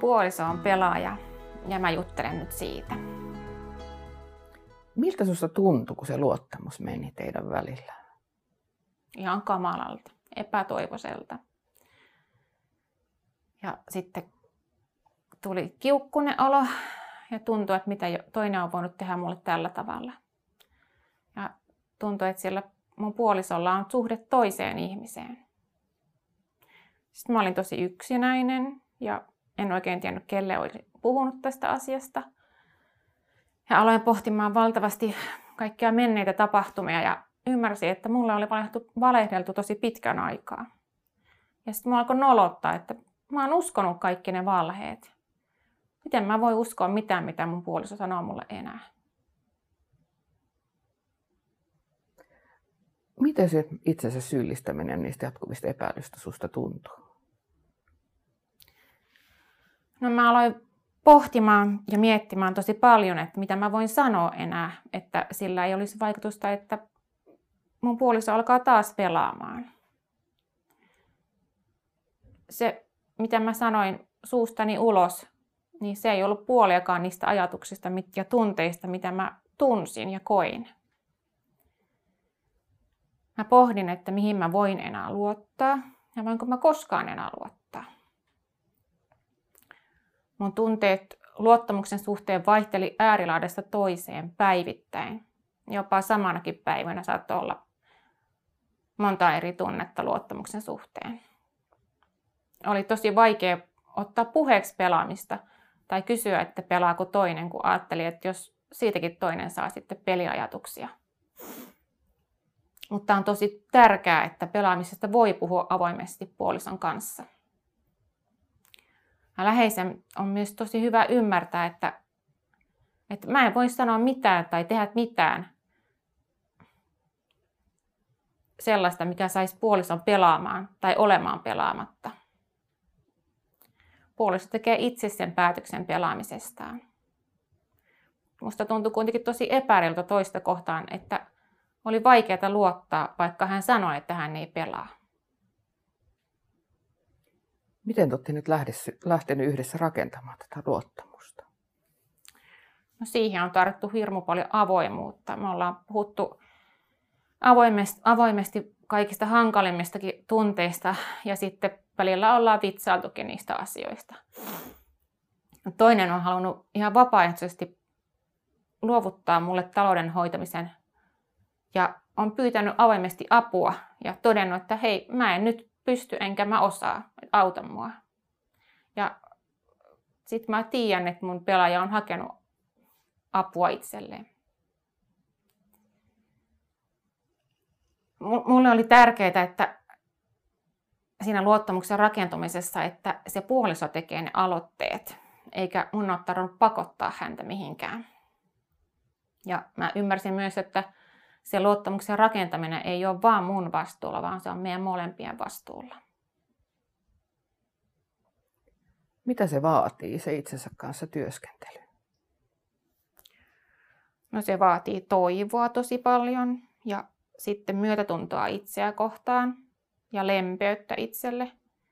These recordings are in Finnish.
puoliso on pelaaja ja mä juttelen nyt siitä. Miltä susta tuntui, kun se luottamus meni teidän välillä? Ihan kamalalta, epätoivoiselta. Ja sitten tuli kiukkunen olo ja tuntui, että mitä toinen on voinut tehdä mulle tällä tavalla. Ja tuntui, että siellä mun puolisolla on suhde toiseen ihmiseen. Sitten mä olin tosi yksinäinen ja en oikein tiennyt, kelle olisi puhunut tästä asiasta. Ja aloin pohtimaan valtavasti kaikkia menneitä tapahtumia ja ymmärsin, että mulle oli valehdeltu tosi pitkän aikaa. Ja sitten mä alkoi nolottaa, että mä oon uskonut kaikki ne valheet. Miten mä voin uskoa mitään, mitä mun puoliso sanoo mulle enää? Miten se itsensä syyllistäminen niistä jatkuvista epäilystä susta tuntuu? No mä aloin pohtimaan ja miettimään tosi paljon, että mitä mä voin sanoa enää, että sillä ei olisi vaikutusta, että mun puoliso alkaa taas pelaamaan. Se, mitä mä sanoin suustani ulos, niin se ei ollut puoliakaan niistä ajatuksista ja tunteista, mitä mä tunsin ja koin. Mä pohdin, että mihin mä voin enää luottaa ja voinko mä koskaan enää luottaa. Mun tunteet luottamuksen suhteen vaihteli äärilaidasta toiseen päivittäin. Jopa samanakin päivänä saattoi olla monta eri tunnetta luottamuksen suhteen. Oli tosi vaikea ottaa puheeksi pelaamista tai kysyä, että pelaako toinen, kun ajatteli, että jos siitäkin toinen saa sitten peliajatuksia. Mutta on tosi tärkeää, että pelaamisesta voi puhua avoimesti puolison kanssa. Ja läheisen on myös tosi hyvä ymmärtää, että mä en voi sanoa mitään tai tehdä mitään sellaista, mikä saisi puolison pelaamaan tai olemaan pelaamatta. Puoliso tekee itse sen päätöksen pelaamisestaan. Musta tuntui kuitenkin tosi epäreilulta toista kohtaan, että oli vaikeaa luottaa, vaikka hän sanoi, että hän ei pelaa. Miten te olette nyt lähtenyt yhdessä rakentamaan tätä luottamusta? No siihen on tarvittu hirmu paljon avoimuutta. Me ollaan puhuttu avoimesti kaikista hankalimmistakin tunteista ja sitten välillä ollaan vitsailtukin niistä asioista. Toinen on halunnut ihan vapaaehtoisesti luovuttaa mulle talouden hoitamisen ja on pyytänyt avoimesti apua ja todennut, että hei, mä en nyt pysty enkä mä osaa, auta mua. Ja sitten mä tiedän, että mun pelaaja on hakenut apua itselleen. Mulle oli tärkeää, että siinä luottamuksen rakentumisessa, että se puoliso tekee ne aloitteet, eikä mun ole tarvinnut pakottaa häntä mihinkään. Ja mä ymmärsin myös, että se luottamuksen rakentaminen ei ole vaan mun vastuulla, vaan se on meidän molempien vastuulla. Mitä se vaatii, se itsensä kanssa työskentely? No se vaatii toivoa tosi paljon ja sitten myötätuntoa itseä kohtaan ja lempeyttä itselle.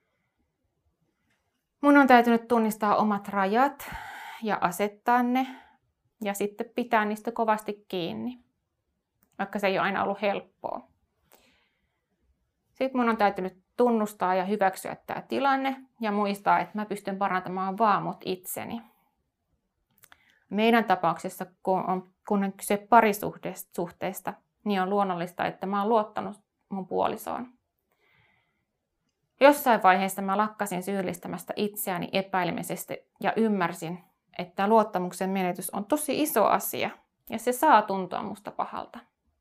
Mun on täytynyt tunnistaa omat rajat ja asettaa ne ja sitten pitää niistä kovasti kiinni, vaikka se ei ole aina ollut helppoa. Sitten mun on täytynyt tunnustaa ja hyväksyä tämä tilanne ja muistaa, että mä pystyn parantamaan vaan mut itseni. Meidän tapauksessa, kun on kyse parisuhteesta, niin on luonnollista, että mä oon luottanut mun puolisoon. Jossain vaiheessa mä lakkasin syyllistämästä itseäni epäilemisestä ja ymmärsin, että luottamuksen menetys on tosi iso asia ja se saa tuntua musta pahalta.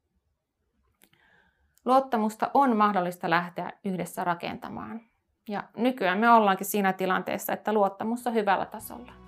Luottamusta on mahdollista lähteä yhdessä rakentamaan. Ja nykyään me ollaankin siinä tilanteessa, että luottamus on hyvällä tasolla.